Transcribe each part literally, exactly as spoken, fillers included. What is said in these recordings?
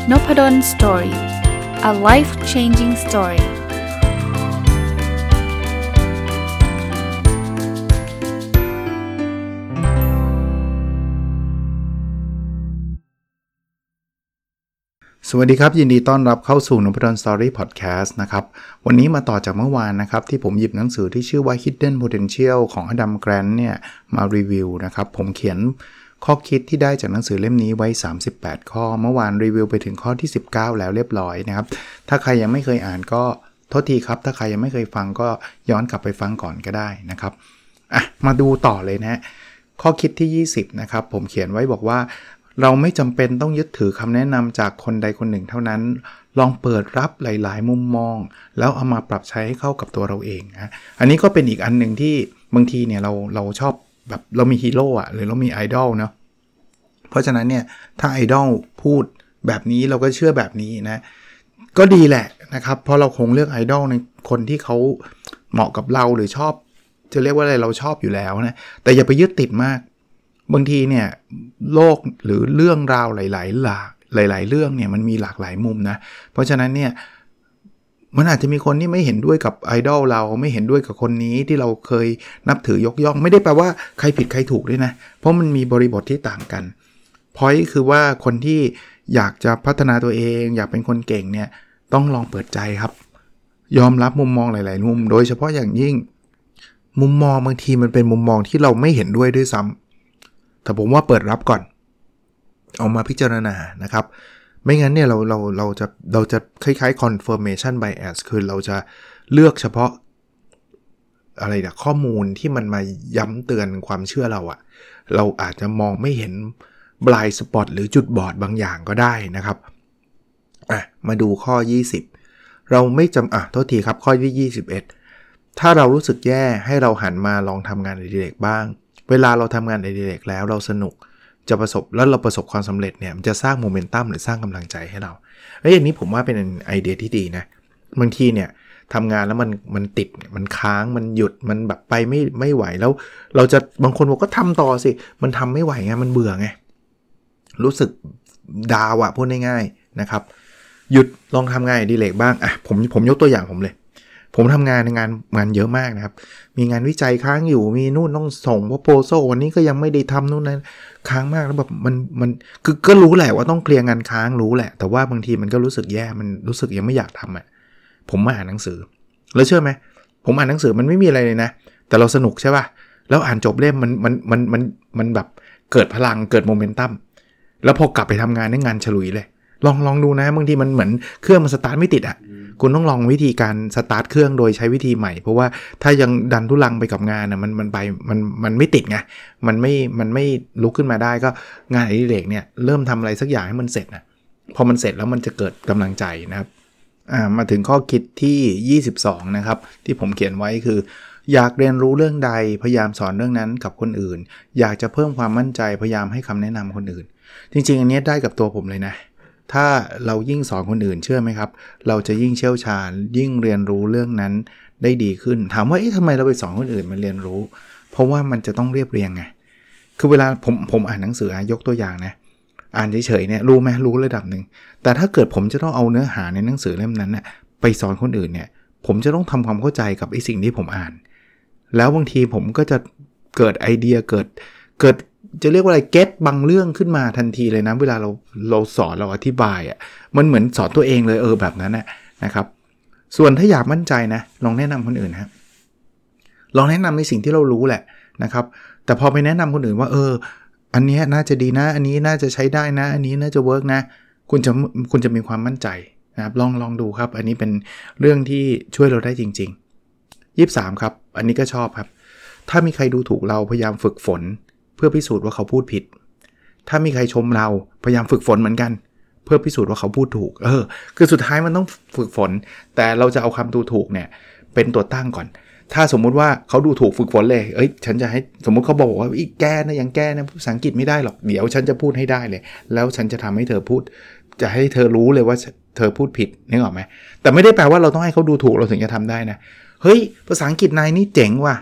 Nopadon Story. A life-changing story. สวัสดีครับยินดีต้อนรับเข้าสู่ Nopadon Story Podcast นะครับวันนี้มาต่อจากเมื่อวานนะครับที่ผมหยิบหนังสือที่ชื่อว่า Hidden Potential ของ Adam Grant เนี่ยมารีวิวนะครับผมเขียนข้อคิดที่ได้จากหนังสือเล่มนี้ไว้สามสิบแปดข้อเมื่อวานรีวิวไปถึงข้อที่สิบเก้าแล้วเรียบร้อยนะครับถ้าใครยังไม่เคยอ่านก็โทษทีครับถ้าใครยังไม่เคยฟังก็ย้อนกลับไปฟังก่อนก็ได้นะครับอ่ะมาดูต่อเลยนะฮะข้อคิดที่ยี่สิบนะครับผมเขียนไว้บอกว่าเราไม่จำเป็นต้องยึดถือคำแนะนำจากคนใดคนหนึ่งเท่านั้นลองเปิดรับหลายๆมุมมองแล้วเอามาปรับใช้ให้เข้ากับตัวเราเองนะอันนี้ก็เป็นอีกอันหนึ่งที่บางทีเนี่ยเราเราชอบแบบเรามีฮีโร่อะหรือเรามีไอดอลเนาะเพราะฉะนั้นเนี่ยถ้าไอดอลพูดแบบนี้เราก็เชื่อแบบนี้นะก็ดีแหละนะครับเพราะเราคงเลือกไอดอลในคนที่เขาเหมาะกับเราหรือชอบจะเรียกว่าอะไรเราชอบอยู่แล้วนะแต่อย่าไปยึดติดมากบางทีเนี่ยโลกหรือเรื่องราวหลายๆหลากหลายๆเรื่องเนี่ยมันมีหลากหลายมุมนะเพราะฉะนั้นเนี่ยมันอาจจะมีคนที่ไม่เห็นด้วยกับไอดอลเราไม่เห็นด้วยกับคนนี้ที่เราเคยนับถือยกย่องไม่ได้แปลว่าใครผิดใครถูกด้วยนะเพราะมันมีบริบทที่ต่างกัน point คือว่าคนที่อยากจะพัฒนาตัวเองอยากเป็นคนเก่งเนี่ยต้องลองเปิดใจครับยอมรับมุมมองหลายๆมุมโดยเฉพาะอย่างยิ่งมุมมองบางทีมันเป็นมุมมองที่เราไม่เห็นด้วยด้วยซ้ำแต่ผมว่าเปิดรับก่อนเอามาพิจารณานะครับไม่งั้นเนี่ยเราเราเราจะเราจะคล้ายๆ confirmation bias คือเราจะเลือกเฉพาะอะไรนะข้อมูลที่มันมาย้ำเตือนความเชื่อเราอะเราอาจจะมองไม่เห็น blind spot หรือจุดบอดบางอย่างก็ได้นะครับอ่ะมาดูข้อยี่สิบเราไม่จำอ่ะโทษทีครับข้อที่ยี่สิบเอ็ดถ้าเรารู้สึกแย่ให้เราหันมาลองทำงานอดิเรกบ้างเวลาเราทำงานอดิเรกแล้วเราสนุกจะประสบแล้วเราประสบความสำเร็จเนี่ยมันจะสร้างโมเมนตัมหรือสร้างกำลังใจให้เราเอ้ยอย่างนี้ผมว่าเป็นไอเดียที่ดีนะบางทีเนี่ยทำงานแล้วมันมันติดมันค้างมันหยุดมันแบบไปไม่ไม่ไหวแล้วเราจะบางคนบอกก็ทำต่อสิมันทำไม่ไหวไงมันเบื่อไงรู้สึกดาวอะพูดง่ายๆนะครับหยุดลองทำงานอดิเรกบ้างอ่ะผมผมยกตัวอย่างผมเลยผมทำงานในงานงานเยอะมากนะครับมีงานวิจัยค้างอยู่มีนู่นต้องส่ง proposal วันนี้ก็ยังไม่ได้ทำนู่นนั้นค้างมากแล้วแบบมันมันคือก็รู้แหละว่าต้องเคลียร์งานค้างรู้แหละแต่ว่าบางทีมันก็รู้สึกแย่มันรู้สึกยังไม่อยากทำอ่ะผมมาอ่านหนังสือแล้วเชื่อไหมผมอ่านหนังสือมันไม่มีอะไรเลยนะแต่เราสนุกใช่ป่ะแล้วอ่านจบเล่มมันมันมันมันมันแบบเกิดพลังเกิดโมเมนตัมแล้วพอกลับไปทำงานได้งานฉลุยเลยลองลองดูนะบางทีมันเหมือนเครื่องมันสตาร์ทไม่ติดอ่ะคุณต้องลองวิธีการสตาร์ทเครื่องโดยใช้วิธีใหม่เพราะว่าถ้ายังดันทุลังไปกับงานน่ะมันมันไปมันมันไม่ติดไงมันไม่มันไม่ลุกขึ้นมาได้ก็งานอดิเรกเนี่ยเริ่มทำอะไรสักอย่างให้มันเสร็จนะพอมันเสร็จแล้วมันจะเกิดกำลังใจนะครับอ่ามาถึงข้อคิดที่ยี่สิบสองนะครับที่ผมเขียนไว้คืออยากเรียนรู้เรื่องใดพยายามสอนเรื่องนั้นกับคนอื่นอยากจะเพิ่มความมั่นใจพยายามให้คำแนะนำคนอื่นจริงๆอันนี้ได้กับตัวผมเลยนะถ้าเรายิ่งสอนคนอื่นเชื่อไหมครับเราจะยิ่งเชี่ยวชาญยิ่งเรียนรู้เรื่องนั้นได้ดีขึ้นถามว่าเอ๊ะทำไมเราไปสอนคนอื่นมาเรียนรู้เพราะว่ามันจะต้องเรียบเรียงไงคือเวลาผมผมอ่านหนังสือยกตัวอย่างนะอ่านเฉยๆเนี่ยรู้ไหมรู้ระดับหนึ่งแต่ถ้าเกิดผมจะต้องเอาเนื้อหาในหนังสือเล่มนั้นนะไปสอนคนอื่นเนี่ยผมจะต้องทำความเข้าใจกับไอ้สิ่งที่ผมอ่านแล้วบางทีผมก็จะเกิดไอเดียเกิดเกิดจะเรียกว่าอะไรเก็ตบางเรื่องขึ้นมาทันทีเลยนะเวลาเราเราสอนเราอธิบายอ่ะมันเหมือนสอนตัวเองเลยเออแบบนั้นนะนะครับส่วนถ้าอยากมั่นใจนะลองแนะนำคนอื่นนะลองแนะนำในสิ่งที่เรารู้แหละนะครับแต่พอไปแนะนำคนอื่นว่าเอออันนี้น่าจะดีนะอันนี้น่าจะใช้ได้นะอันนี้น่าจะเวิร์กนะคุณจะคุณจะมีความมั่นใจนะครับลองลองดูครับอันนี้เป็นเรื่องที่ช่วยเราได้จริงๆยี่สิบสามครับอันนี้ก็ชอบครับถ้ามีใครดูถูกเราพยายามฝึกฝนเพื่อพิสูจน์ว่าเขาพูดผิดถ้ามีใครชมเราพยายามฝึกฝนเหมือนกันเพื่อพิสูจน์ว่าเขาพูดถูกเออคือสุดท้ายมันต้องฝึกฝนแต่เราจะเอาคำดูถูกเนี่ยเป็นตัวตั้งก่อนถ้าสมมุติว่าเขาดูถูกฝึกฝนเลยเอ้ยฉันจะให้สมมุติเขาบอกว่าอีกแกนะยังแกนะภาษาอังกฤษไม่ได้หรอกเดี๋ยวฉันจะพูดให้ได้เลยแล้วฉันจะทำให้เธอพูดจะให้เธอรู้เลยว่าเธอพูดผิดนึกออกไหมแต่ไม่ได้แปลว่าเราต้องให้เขาดูถูกเราถึงจะทำได้นะเฮ้ยภาษาอังกฤษนายนี่เจ๋งว่ะฝ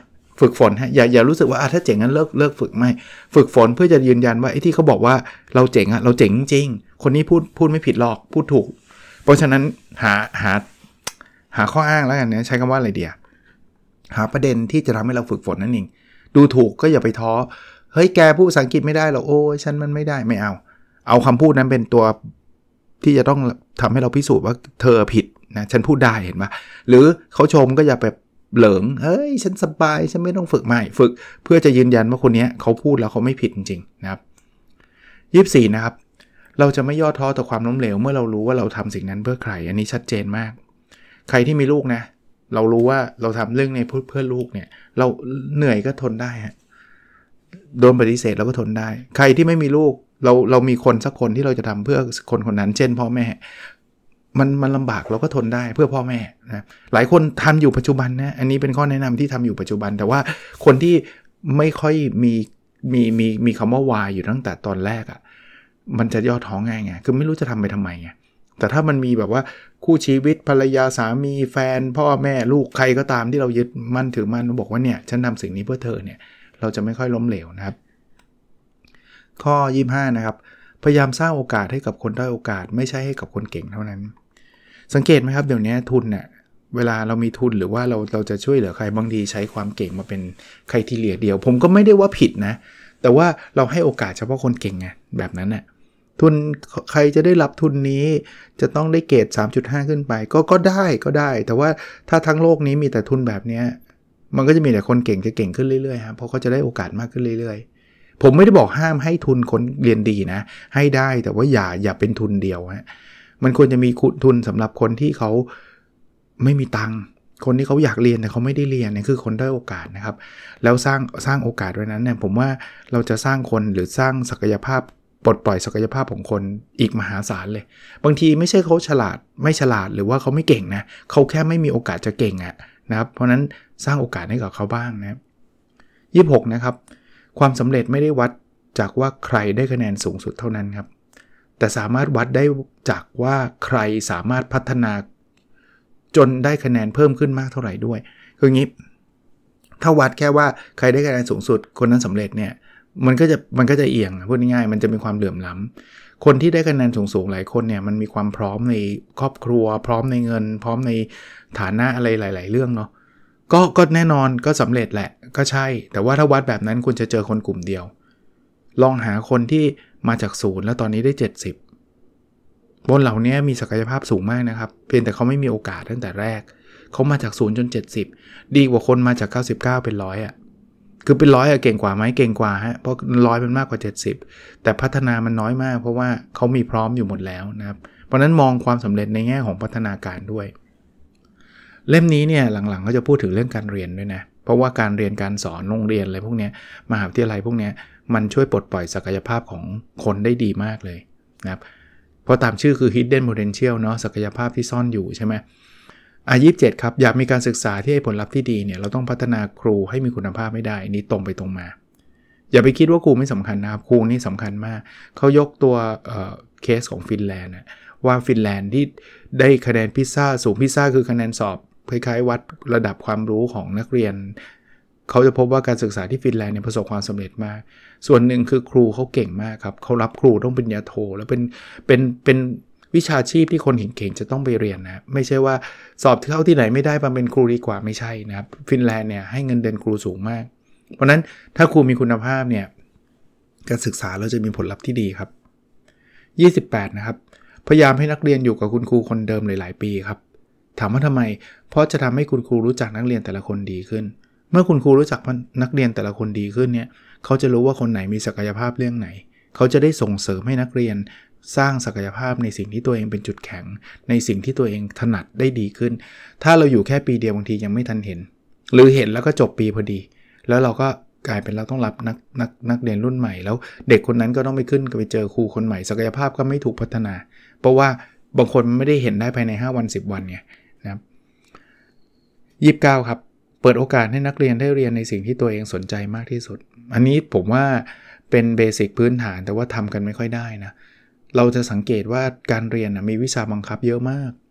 ฝึกฝนฮะอย่าอย่ารู้สึกว่าถ้าเจ๋งงั้นเลิกเลิกฝึกไม่ฝึกฝนเพื่อจะยืนยันว่าไอ้ที่เขาบอกว่าเราเจ๋งอะเราเจ๋งจริงๆคนนี้พูดพูดไม่ผิดหรอกพูดถูกเพราะฉะนั้นหาหาหาข้ออ้างแล้วกันเนี่ยใช้คำว่าอะไรเดียวหาประเด็นที่จะทำให้เราฝึกฝนนั่นเองดูถูกก็อย่าไปท้อเฮ้ยแกพูดภาษาอังกฤษไม่ได้หรอกโอ้ยฉันมันไม่ได้ไม่เอาเอาคำพูดนั้นเป็นตัวที่จะต้องทำให้เราพิสูจน์ว่าเธอผิดนะฉันพูดได้เห็นปะหรือเขาชมก็อย่าแบบเหลิงเฮ้ยฉันสบายฉันไม่ต้องฝึกไม่ฝึกเพื่อจะยืนยันว่าคนนี้เขาพูดแล้วเขาไม่ผิดจริงๆนะครับยี่สิบสี่นะครับเราจะไม่ย่อท้อต่อความล้มเหลวเมื่อเรารู้ว่าเราทำสิ่งนั้นเพื่อใครอันนี้ชัดเจนมากใครที่มีลูกนะเรารู้ว่าเราทำเรื่องในเพื่อลูกเนี่ยเราเหนื่อยก็ทนได้ฮะโดนปฏิเสธเราก็ทนได้ใครที่ไม่มีลูกเราเรามีคนสักคนที่เราจะทำเพื่อคนคนนั้นเช่นพ่อแม่มันมันลำบากเราก็ทนได้เพื่อพ่อแม่นะหลายคนทำอยู่ปัจจุบันนะอันนี้เป็นข้อแนะนำที่ทำอยู่ปัจจุบันแต่ว่าคนที่ไม่ค่อยมีมีมีมีคำว่าวายอยู่ตั้งแต่ตอนแรกอะ่ะมันจะย่อท้อง่ายไงคือไม่รู้จะทำไปทำไมไงแต่ถ้ามันมีแบบว่าคู่ชีวิตภรรยาสามีแฟนพ่อแม่ลูกใครก็ตามที่เรายึดมั่นถือมั่นบอกว่าเนี่ยฉันทำสิ่งนี้เพื่อเธอเนี่ยเราจะไม่ค่อยล้มเหลวนะครับข้อยี่สิบห้านะครับพยายามสร้างโอกาสให้กับคนด้อยโอกาสไม่ใช่ให้กับคนเก่งเท่านั้นสังเกตไหมครับเดี๋ยวนี้ทุนเนี่ยเวลาเรามีทุนหรือว่าเราเราจะช่วยเหลือใครบางทีใช้ความเก่งมาเป็นใครที่เหลียเดียวผมก็ไม่ได้ว่าผิดนะแต่ว่าเราให้โอกาสเฉพาะคนเก่งไงแบบนั้นน่ะทุนใครจะได้รับทุนนี้จะต้องได้เกรด สามจุดห้า ขึ้นไปก็ก็ได้ก็ได้แต่ว่าถ้าทั้งโลกนี้มีแต่ทุนแบบนี้มันก็จะมีแต่คนเก่งจะเก่งขึ้นเรื่อยๆครับเพราะเขาจะได้โอกาสมากขึ้นเรื่อยๆผมไม่ได้บอกห้ามให้ทุนคนเรียนดีนะให้ได้แต่ว่าอย่าอย่าเป็นทุนเดียวฮะมันควรจะมีทุนสำหรับคนที่เขาไม่มีตังค์คนที่เขาอยากเรียนแต่เขาไม่ได้เรียนเนี่ยคือคนได้โอกาสนะครับแล้วสร้างสร้างโอกาสไว้นั้นเนี่ยผมว่าเราจะสร้างคนหรือสร้างศักยภาพปลดปล่อยศักยภาพของคนอีกมหาศาลเลยบางทีไม่ใช่เขาฉลาดไม่ฉลาดหรือว่าเขาไม่เก่งนะเขาแค่ไม่มีโอกาสจะเก่งอะนะครับเพราะนั้นสร้างโอกาสให้กับเขาบ้างนะยี่สิบหกนะครับความสำเร็จไม่ได้วัดจากว่าใครได้คะแนนสูงสุดเท่านั้นครับแต่สามารถวัดได้จากว่าใครสามารถพัฒนาจนได้คะแนนเพิ่มขึ้นมากเท่าไหร่ด้วยคืออย่างนี้ถ้าวัดแค่ว่าใครได้คะแนนสูงสุดคนนั้นสำเร็จเนี่ยมันก็จะมันก็จะเอียงพูดง่ายๆมันจะมีความเหลื่อมล้ำคนที่ได้คะแนนสูงๆหลายคนเนี่ยมันมีความพร้อมในครอบครัวพร้อมในเงินพร้อมในฐานะอะไรหลายๆเรื่องเนาะก็ก็แน่นอนก็สำเร็จแหละก็ใช่แต่ว่าถ้าวัดแบบนั้นคุณจะเจอคนกลุ่มเดียวลองหาคนที่มาจากศูนย์แล้วตอนนี้ได้เจ็ดสิบบนเหล่านี้มีศักยภาพสูงมากนะครับเพียงแต่เขาไม่มีโอกาสตั้งแต่แรกเขามาจากศูนย์จนเจ็ดสิบดีกว่าคนมาจากเก้าสิบเก้าเป็นร้อยอ่ะคือเป็นร้อยอ่ะเก่งกว่าไหมเก่งกว่าฮะเพราะร้อยมันมากกว่าเจ็ดสิบแต่พัฒนามันน้อยมากเพราะว่าเขามีพร้อมอยู่หมดแล้วนะครับเพราะนั้นมองความสำเร็จในแง่ของพัฒนาการด้วยเล่มนี้เนี่ยหลังๆก็จะพูดถึงเรื่องการเรียนด้วยนะเพราะว่าการเรียนการสอนโรงเรียนอะไรพวกนี้มหาวิทยาลัยพวกนี้มันช่วยปลดปล่อยศักยภาพของคนได้ดีมากเลยนะครับเพราะตามชื่อคือ hidden potential เนาะศักยภาพที่ซ่อนอยู่ใช่ไหมอ่ะยี่สิบเจ็ดครับอยากมีการศึกษาที่ให้ผลลัพธ์ที่ดีเนี่ยเราต้องพัฒนาครูให้มีคุณภาพไม่ได้นี่ตรงไปตรงมาอย่าไปคิดว่าครูไม่สำคัญนะครับครูนี่สำคัญมากเขายกตัวเอ่อเคสของฟินแลนด์นะว่าฟินแลนด์ที่ได้คะแนนพิซซ่าสูงพิซซ่าคือคะแนนสอบคล้ายๆวัดระดับความรู้ของนักเรียนเขาจะพบว่าการศึกษาที่ฟินแลนด์เนี่ยประสบความสำเร็จมากส่วนหนึ่งคือครูเขาเก่งมากครับเขารับครูต้องเป็นปริญญาโทแล้วเป็นเป็นเป็นวิชาชีพที่คนเก่งๆจะต้องไปเรียนนะไม่ใช่ว่าสอบเข้าที่ไหนไม่ได้มาเป็นครูดีกว่าไม่ใช่นะครับฟินแลนด์เนี่ยให้เงินเดือนครูสูงมากเพราะนั้นถ้าครูมีคุณภาพเนี่ยการศึกษาเราจะมีผลลัพธ์ที่ดีครับยี่สิบแปดนะครับพยายามให้นักเรียนอยู่กับคุณครูคนเดิมหลายๆปีครับถามว่าทำไมเพราะจะทำให้คุณครูรู้จักนักเรียนแต่ละคนดีขึ้นเมื่อคุณครูรู้จักนักเรียนแต่ละคนดีขึ้นเนี่ยเขาจะรู้ว่าคนไหนมีศักยภาพเรื่องไหนเขาจะได้ส่งเสริมให้นักเรียนสร้างศักยภาพในสิ่งที่ตัวเองเป็นจุดแข็งในสิ่งที่ตัวเองถนัดได้ดีขึ้นถ้าเราอยู่แค่ปีเดียวบางทียังไม่ทันเห็นหรือเห็นแล้วก็จบปีพอดีแล้วเราก็กลายเป็นเราต้องรับนักนักนักเรียนรุ่นใหม่แล้วเด็กคนนั้นก็ต้องไปขึ้นไปเจอครูคนใหม่ศักยภาพก็ไม่ถูกพัฒนาเพราะว่าบางคนไม่ได้เห็นได้ภายในห้าวันสิบวันไงนะครับยี่สิบเก้าครับเปิดโอกาสให้นักเรียนได้เรียนในสิ่งที่ตัวเองสนใจมากที่สุดอันนี้ผมว่าเป็นเบสิกพื้นฐานแต่ว่าทำกันไม่ค่อยได้นะเราจะสังเกตว่าการเรียนนะมีวิชาบังคับเยอะมาก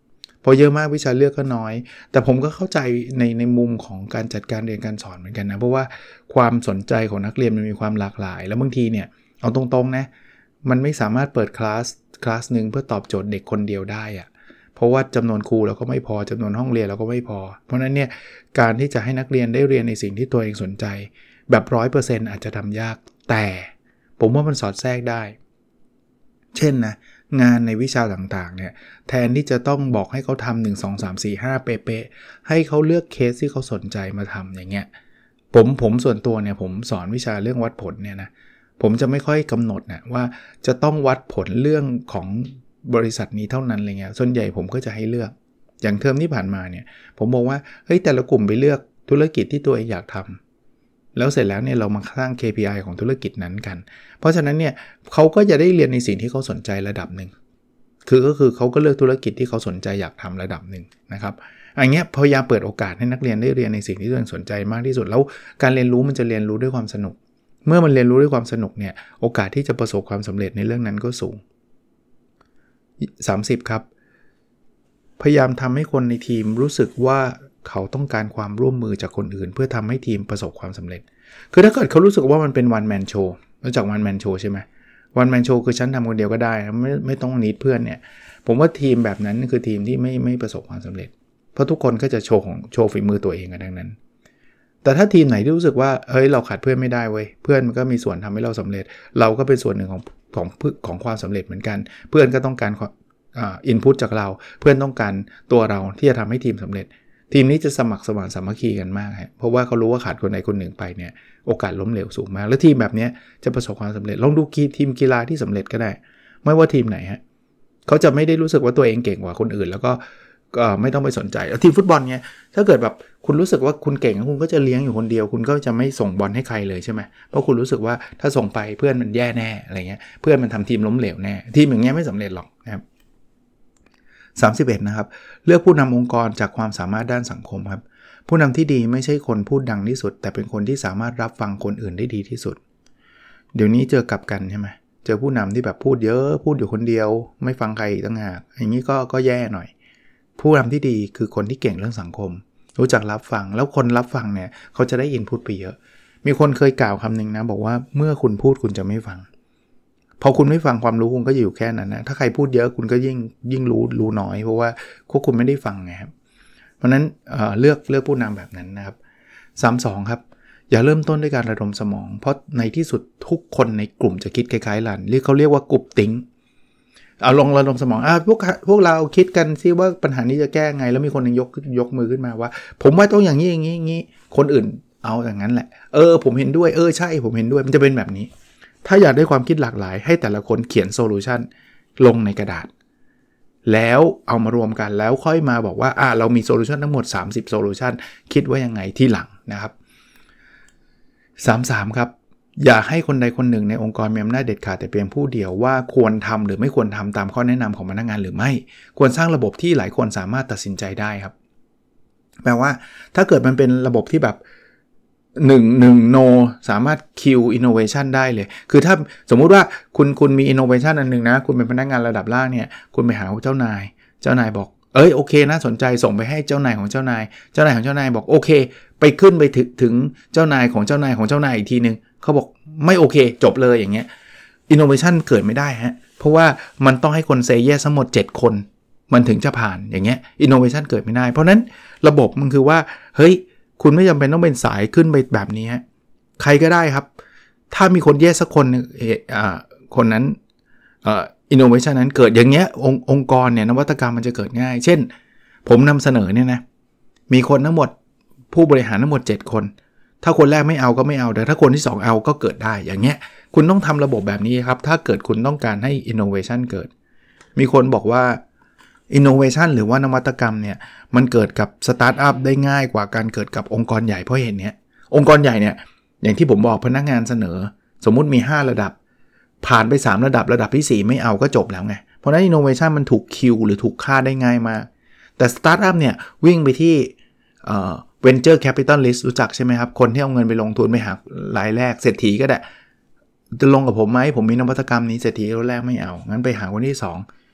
พอเยอะมากวิชาเลือกก็น้อยแต่ผมก็เข้าใจในในมุมของการจัดการเรียนการสอนเหมือนกันนะเพราะว่าความสนใจของนักเรียนมันมีความหลากหลายแล้วบางทีเนี่ยเอาตรงๆนะมันไม่สามารถเปิดคลาสคลาสนึงเพื่อตอบโจทย์เด็กคนเดียวได้อะเพราะว่าจำนวนครูเราก็ไม่พอจำนวนห้องเรียนเราก็ไม่พอเพราะนั้นเนี่ยการที่จะให้นักเรียนได้เรียนในสิ่งที่ตัวเองสนใจแบบ ร้อยเปอร์เซ็นต์ อาจจะทำยากแต่ผมว่ามันสอดแทรกได้เช่นนะงานในวิชาต่างๆเนี่ยแทนที่จะต้องบอกให้เขาทำหนึ่ง สอง สาม สี่ ห้าเป๊ะๆให้เขาเลือกเคสที่เขาสนใจมาทำอย่างเงี้ยผมผมส่วนตัวเนี่ยผมสอนวิชาเรื่องวัดผลเนี่ยนะผมจะไม่ค่อยกำหนดนะว่าจะต้องวัดผลเรื่องของบริษัทนี้เท่านั้นอะไรเงี้ยส่วนใหญ่ผมก็จะให้เลือกอย่างเทอมที่ผ่านมาเนี่ยผมบอกว่าเฮ้ยแต่ละกลุ่มไปเลือกธุรกิจที่ตัวเองอยากทำแล้วเสร็จแล้วเนี่ยเรามาสร้าง เค พี ไอ ของธุรกิจนั้นกันเพราะฉะนั้นเนี่ยเขาก็จะได้เรียนในสิ่งที่เขาสนใจระดับหนึ่งคือก็คือเขาก็เลือกธุรกิจที่เขาสนใจอยากทำระดับหนึ่งนะครับอันเนี้ยพยายามเปิดโอกาสให้นักเรียนได้เรียนในสิ่งที่ตัวเองสนใจมากที่สุดแล้วการเรียนรู้มันจะเรียนรู้ด้วยความสนุกเมื่อมันเรียนรู้ด้วยความสนุกเนี่ยโอกาสที่จะประสบความสำเร็จในเรื่องนั้นก็สูงสามสิบครับพยายามทำให้คนในทีมรู้สึกว่าเขาต้องการความร่วมมือจากคนอื่นเพื่อทำให้ทีมประสบความสำเร็จคือถ้าเกิดเขารู้สึกว่ามันเป็น one man show รู้จัก one man show ใช่ไหม one man show คือฉันทำคนเดียวก็ได้ไม่ไม่ต้องนิดเพื่อนเนี่ยผมว่าทีมแบบนั้นคือทีมที่ไม่ไม่ประสบความสำเร็จเพราะทุกคนก็จะโชว์ของโชว์ฝีมือตัวเองกันทั้งนั้นแต่ถ้าทีมไหนที่รู้สึกว่าเฮ้ยเราขาดเพื่อนไม่ได้เว้ยเพื่อนมันก็มีส่วนทำให้เราสำเร็จเราก็เป็นส่วนหนึ่งของของของความสำเร็จเหมือนกันเพื่อนก็ต้องการอ่าอินพุตจากเราเพื่อนต้องการตัวเราที่จะทำให้ทีมสำเร็จทีมนี้จะสมัครสมานสามัคคีกันมากฮะเพราะว่าเขารู้ว่าขาดคนใดคนหนึ่งไปเนี่ยโอกาสล้มเหลวสูงมากแล้วทีมแบบนี้จะประสบความสำเร็จลองดูทีมกีฬาที่สำเร็จก็ได้ไม่ว่าทีมไหนฮะเขาจะไม่ได้รู้สึกว่าตัวเองเก่งกว่าคนอื่นแล้วก็ก็ไม่ต้องไปสนใจแล้วทีมฟุตบอลเนี่ยถ้าเกิดแบบคุณรู้สึกว่าคุณเก่งคุณก็จะเลี้ยงอยู่คนเดียวคุณก็จะไม่ส่งบอลให้ใครเลยใช่ไหมเพราะคุณรู้สึกว่าถ้าส่งไปเพื่อนมันแย่แน่อะไรเงี้ยเพื่อนมันทำทีมล้มเหลวแน่ทีมอย่างเงี้ยไม่สำเร็จหรอกนะครับสามสิบเอ็ดนะครับเลือกผู้นำองค์กรจากความสามารถด้านสังคมครับผู้นำที่ดีไม่ใช่คนพูดดังที่สุดแต่เป็นคนที่สามารถรับฟังคนอื่นได้ดีที่สุดเดี๋ยวนี้เจอกลับกันใช่ไหมเจอผู้นำที่แบบพูดเยอะพูดอยู่คนเดียวไม่ฟังใครต่างหากอย่างนี้ก็ก็แย่หน่อยผู้นำที่ดีคือคนที่เก่งเรื่องสังคมรู้จักรับฟังแล้วคนรับฟังเนี่ยเขาจะได้อินพุตไปเยอะมีคนเคยกล่าวคำนึงนะบอกว่าเมื่อคุณพูดคุณจะไม่ฟังพอคุณไม่ฟังความรู้คุณก็อยู่แค่นั้นนะถ้าใครพูดเยอะคุณก็ยิ่งยิ่งรู้รู้น้อยเพราะว่าพวกคุณไม่ได้ฟังไงครับเพราะนั้นเอ่อเลือกเลือกผู้นำแบบนั้นนะครับสามสิบสองครับอย่าเริ่มต้นด้วยการระดมสมองเพราะในที่สุดทุกคนในกลุ่มจะคิดคล้ายๆลันเรียกเขาเรียกว่ากลุ่มติ้งเอาลงระดมสมองอ่ะพวกพวกเราคิดกันซิว่าปัญหานี้จะแก้ไงแล้วมีคนนึงยกยกมือขึ้นมาว่าผมว่าต้องอย่างนี้อย่างนี้อย่างนี้คนอื่นเอาอย่างนั้นแหละเออผมเห็นด้วยเออใช่ผมเห็นด้วยมันจะเป็นแบบนี้ถ้าอยากได้ความคิดหลากหลายให้แต่ละคนเขียนโซลูชันลงในกระดาษแล้วเอามารวมกันแล้วค่อยมาบอกว่าอ่ะเรามีโซลูชันทั้งหมดสามสิบโซลูชันคิดว่ายังไงที่หลังนะครับสามสิบสามครับอย่าให้คนใดคนหนึ่งในองค์กรมีอำนาจเด็ดขาดแต่เพียงผู้เดียวว่าควรทำหรือไม่ควรทำตามข้อแนะนำของพนักงานหรือไม่ควรสร้างระบบที่หลายคนสามารถตัดสินใจได้ครับแปลว่าถ้าเกิดมันเป็นระบบที่แบบหนึ่ง หนึ่ง no สามารถ kill innovation ได้เลยคือถ้าสมมุติว่าคุณคุณมี innovation อันนึงนะคุณเป็นพนักงานระดับล่างเนี่ยคุณไปหาเจ้านายเจ้านายบอกเอ้ยโอเคน่าสนใจส่งไปให้เจ้านายของเจ้านายเจ้านายของเจ้านายบอกโอเคไปขึ้นไปถึงถึงเจ้านายของเจ้านายของเจ้านายอีกทีนึงเขาบอกไม่โอเคจบเลยอย่างเงี้ย innovation เกิดไม่ได้ฮะเพราะว่ามันต้องให้คน say yes ทั้งหมดเจ็ดคนมันถึงจะผ่านอย่างเงี้ย innovation เกิดไม่ได้เพราะนั้นระบบมันคือว่าเฮ้ยคุณไม่จำเป็นต้องเป็นสายขึ้นไปแบบนี้ฮะใครก็ได้ครับถ้ามีคนแย่สักคนอ่าคนนั้นเอ่อ innovation นั้นเกิดอย่างเงี้ยององค์กรเนี่ยนวัตกรรมมันจะเกิดง่ายเช่นผมนำเสนอเนี่ยนะมีคนทั้งหมดผู้บริหารทั้งหมดเจ็ดคนถ้าคนแรกไม่เอาก็ไม่เอาแต่ถ้าคนที่สองเอาก็เกิดได้อย่างเงี้ยคุณต้องทำระบบแบบนี้ครับถ้าเกิดคุณต้องการให้ innovation เกิดมีคนบอกว่าinnovation หรือว่านวัตกรรมเนี่ยมันเกิดกับสตาร์ทอัพได้ง่ายกว่าการเกิดกับองค์กรใหญ่เพราะเห็นเนี้ยองค์กรใหญ่เนี่ยอย่างที่ผมบอกพนักงานเสนอสมมุติมีห้าระดับผ่านไปสามระดับระดับที่สี่ไม่เอาก็จบแล้วไงเพราะฉะนั้น innovation มันถูกคิวหรือถูกฆ่าได้ง่ายมากแต่สตาร์ทอัพเนี่ยวิ่งไปที่เอ่อ venture capitalist รู้จักใช่ไหมครับคนที่เอาเงินไปลงทุนไปหารายแรกเศรษฐีก็ได้จะลงกับผมไหมผมมีนวัตกรรมนี้เศรษฐีรายแรกไม่เอางั้นไปหาคนที่สอง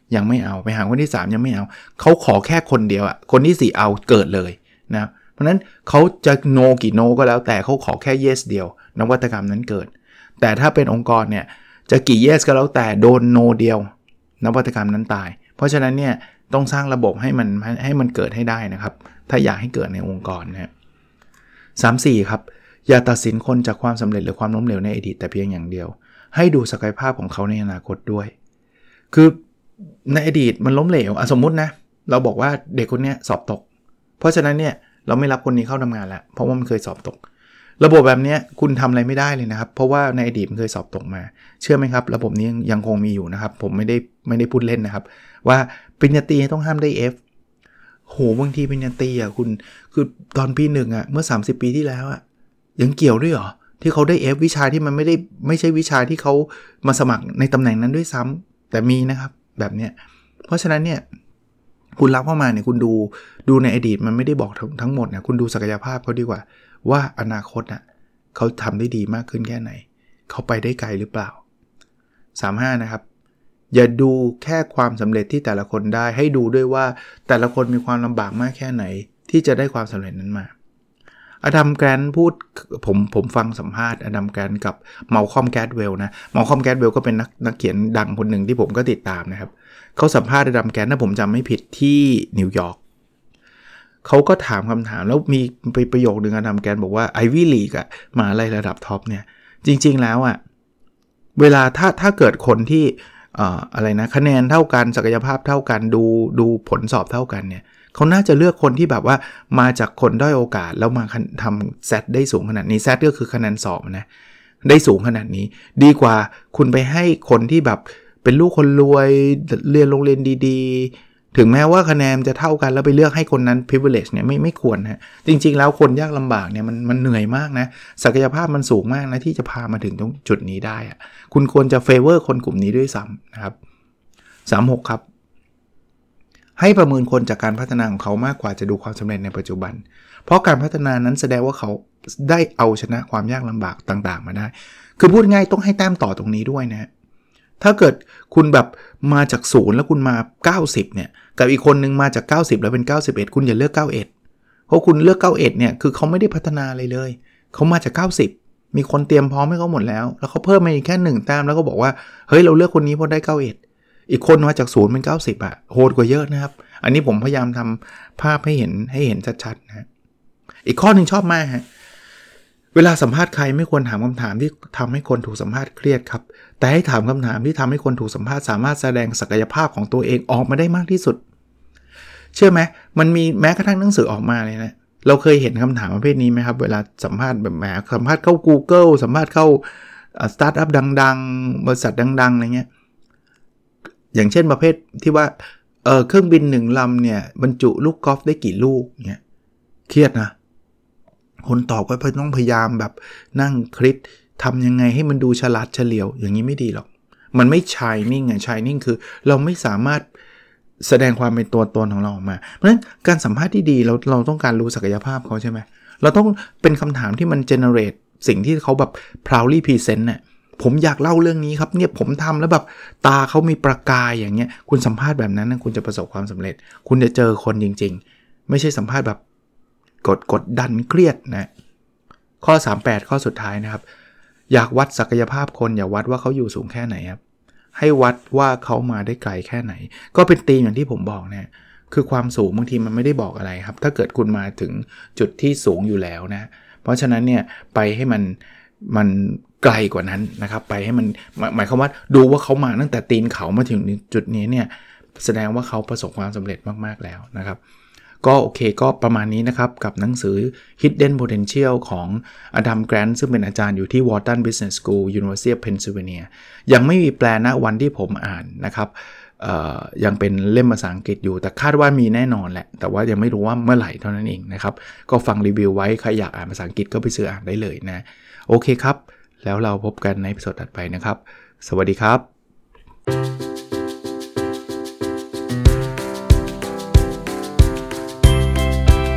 ยังไม่เอาไปหาคนที่สามยังไม่เอาเขาขอแค่คนเดียวอ่ะคนที่สี่เอาเกิดเลยนะเพราะนั้นเขาจะโนกี่โนก็แล้วแต่เขาขอแค่ yes เดียวนวัตกรรมนั้นเกิดแต่ถ้าเป็นองค์กรเนี่ยจะกี่ yes ก็แล้วแต่โดน no เดียวนวัตกรรมนั้นตายเพราะฉะนั้นเนี่ยต้องสร้างระบบให้มันให้มันเกิดให้ได้นะครับถ้าอยากให้เกิดในองค์กรนะสาม สี่ครับอย่าตัดสินคนจากความสำเร็จหรือความล้มเหลวในอดีตแต่เพียงอย่างเดียวให้ดูศักยภาพของเขาในอนาคตด้วยคือในอดีตมันล้มเหลวสมมุตินะเราบอกว่าเด็กคนนี้สอบตกเพราะฉะนั้นเนี่ยเราไม่รับคนนี้เข้าทำงานแล้วเพราะว่ามันเคยสอบตกระบบแบบนี้คุณทำอะไรไม่ได้เลยนะครับเพราะว่าในอดีตมันเคยสอบตกมาเชื่อไหมครับระบบนี้ยังคงมีอยู่นะครับผมไม่ได้ไม่ได้พูดเล่นนะครับว่าปริญญาตรีต้องห้ามได้ F โหบางทีปริญญาตรีอ่ะคุณคือตอนปีหนึ่งอ่ะเมื่อสามสิบปีที่แล้วอ่ะยังเกี่ยวด้วยเหรอที่เขาได้ F วิชาที่มันไม่ได้ไม่ใช่วิชาที่เขามาสมัครในตำแหน่งนั้นด้วยซ้ำแต่มีนะครับแบบเนี้ยเพราะฉะนั้นเนี่ยคุณรับเข้ามาเนี่ยคุณดูดูในอดีตมันไม่ได้บอกทั้งหมดนะคุณดูศักยภาพเขาดีกว่าว่าอนาคตน่ะเขาทำได้ดีมากขึ้นแค่ไหนเขาไปได้ไกลหรือเปล่าสามสิบห้านะครับอย่าดูแค่ความสำเร็จที่แต่ละคนได้ให้ดูด้วยว่าแต่ละคนมีความลำบากมากแค่ไหนที่จะได้ความสำเร็จนั้นมาอดัมแกรนท์พูดผมผมฟังสัมภาษณ์อดัมแกรนท์กับเมาคอมแกดเวลนะเมาคอมแกดเวลก็เป็นนักนักเขียนดังคนหนึ่งที่ผมก็ติดตามนะครับเขาสัมภาษณ์อดัมแกรนท์ถ้าผมจำไม่ผิดที่นิวยอร์กเขาก็ถามคำถามแล้วมีประโยคนึงอดัมแกรนท์บอกว่าไอวี่ลีกอะมหาวิทยาลัยระดับท็อปเนี่ยจริงๆแล้วอะเวลาถ้าถ้าเกิดคนที่เอ่ออะไรนะคะแนนเท่ากันศักยภาพเท่ากันดูดูผลสอบเท่ากันเนี่ยเขาน่าจะเลือกคนที่แบบว่ามาจากคนด้อยโอกาสแล้วมาทำแซดได้สูงขนาดนี้แซดก็คือคะแนนสอบนะได้สูงขนาดนี้ดีกว่าคุณไปให้คนที่แบบเป็นลูกคนรวยเรียนโรงเรียนดีๆถึงแม้ว่าคะแนนจะเท่ากันแล้วไปเลือกให้คนนั้น privilege เนี่ยไม่ไม่ควรนะจริงๆแล้วคนยากลำบากเนี่ยมันมันเหนื่อยมากนะศักยภาพมันสูงมากนะที่จะพามาถึงตรงจุดนี้ได้อะคุณควรจะ favor คนกลุ่มนี้ด้วยซ้ำนะครับสามสิบหกครับให้ประเมินคนจากการพัฒนาของเขามากกว่าจะดูความสำเร็จในปัจจุบันเพราะการพัฒนานั้นแสดงว่าเขาได้เอาชนะความยากลำบากต่างๆมาได้คือพูดง่ายต้องให้แต้มต่อตรงนี้ด้วยนะถ้าเกิดคุณแบบมาจากศูนย์แล้วคุณมาเก้าสิบเนี่ยกับอีกคนนึงมาจากเก้าสิบแล้วเป็นเก้าสิบเอ็ดคุณอย่าเลือกเก้าสิบเอ็ดเพราะคุณเลือกเก้าสิบเอ็ดเนี่ยคือเขาไม่ได้พัฒนาอะไรเลยเขามาจากเก้าสิบมีคนเตรียมพร้อมให้เขาหมดแล้วแล้วเขาเพิ่มมาอีกแค่หนึ่งแต้มแล้วก็บอกว่าเฮ้ยเราเลือกคนนี้เพราะได้เก้าสิบเอ็ดอีกคนมาจากศูนย์เป็นเก้าสิบอ่ะโหดกว่าเยอะนะครับอันนี้ผมพยายามทำภาพให้เห็นให้เห็นชัดๆนะอีกข้อนึงชอบมากฮะเวลาสัมภาษณ์ใครไม่ควรถามคำถามที่ทำให้คนถูกสัมภาษณ์เครียดครับแต่ให้ถามคำถามที่ทำให้คนถูกสัมภาษณ์สามารถแสดงศักยภาพของตัวเองออกมาได้มากที่สุดเชื่อไหมมันมีแม้กระทั่งหนังสือออกมาเลยนะเราเคยเห็นคำถามประเภทนี้ไหมครับเวลาสัมภาษณ์แบบแหมสัมภาษณ์เข้า Google สัมภาษณ์เข้าสตาร์ทอัพดังๆบริษัทดังๆอะไรเงี้ยอย่างเช่นประเภทที่ว่าเออเครื่องบินหนึ่งลำเนี่ยบรรจุลูกกอล์ฟได้กี่ลูกเงี้ยเครียดนะคนตอบก็ต้องพยายามแบบนั่งคิดทำยังไงให้มันดูฉลาดเฉลียวอย่างนี้ไม่ดีหรอกมันไม่ shining ไง shining คือเราไม่สามารถแสดงความเป็นตัวตนของเราออกมาเพราะฉะนั้นการสัมภาษณ์ที่ดีเราเราต้องการรู้ศักยภาพเขาใช่ไหมเราต้องเป็นคำถามที่มัน generate สิ่งที่เขาแบบ proudly present เนี่ยผมอยากเล่าเรื่องนี้ครับเนี่ยผมทำแล้วแบบตาเขามีประกายอย่างเงี้ยคุณสัมภาษณ์แบบนั้นนะคุณจะประสบความสำเร็จคุณจะเจอคนจริงๆไม่ใช่สัมภาษณ์แบบกดกดดันเครียดนะข้อสามสิบแปดข้อสุดท้ายนะครับอยากวัดศักยภาพคนอย่าวัดว่าเขาอยู่สูงแค่ไหนครับให้วัดว่าเขามาได้ไกลแค่ไหนก็เป็นธีมอย่างที่ผมบอกนะคือความสูงบางทีมันไม่ได้บอกอะไรครับถ้าเกิดคุณมาถึงจุดที่สูงอยู่แล้วนะเพราะฉะนั้นเนี่ยไปให้มันมันไกลกว่านั้นนะครับไปให้มันหมายความว่าดูว่าเขามาตั้งแต่ตีนเขามาถึงจุดนี้เนี่ยแสดงว่าเขาประสบความสำเร็จมากๆแล้วนะครับก็โอเคก็ประมาณนี้นะครับกับหนังสือ Hidden Potential ของอดัมแกรนท์ซึ่งเป็นอาจารย์อยู่ที่ Wharton Business School University of Pennsylvania ยังไม่มีแปลณวันที่ผมอ่านนะครับยังเป็นเล่มภาษาอังกฤษอยู่แต่คาดว่ามีแน่นอนแหละแต่ว่ายังไม่รู้ว่าเมื่อไหร่เท่านั้นเองนะครับก็ฟังรีวิวไว้ใครอยากอ่านภาษาอังกฤษก็ไปซื้ออ่านได้เลยนะโอเคครับแล้วเราพบกันในตอนถัดไปนะครับสวัสดีครับ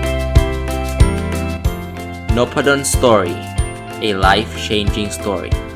Nopadon Story, a life-changing story.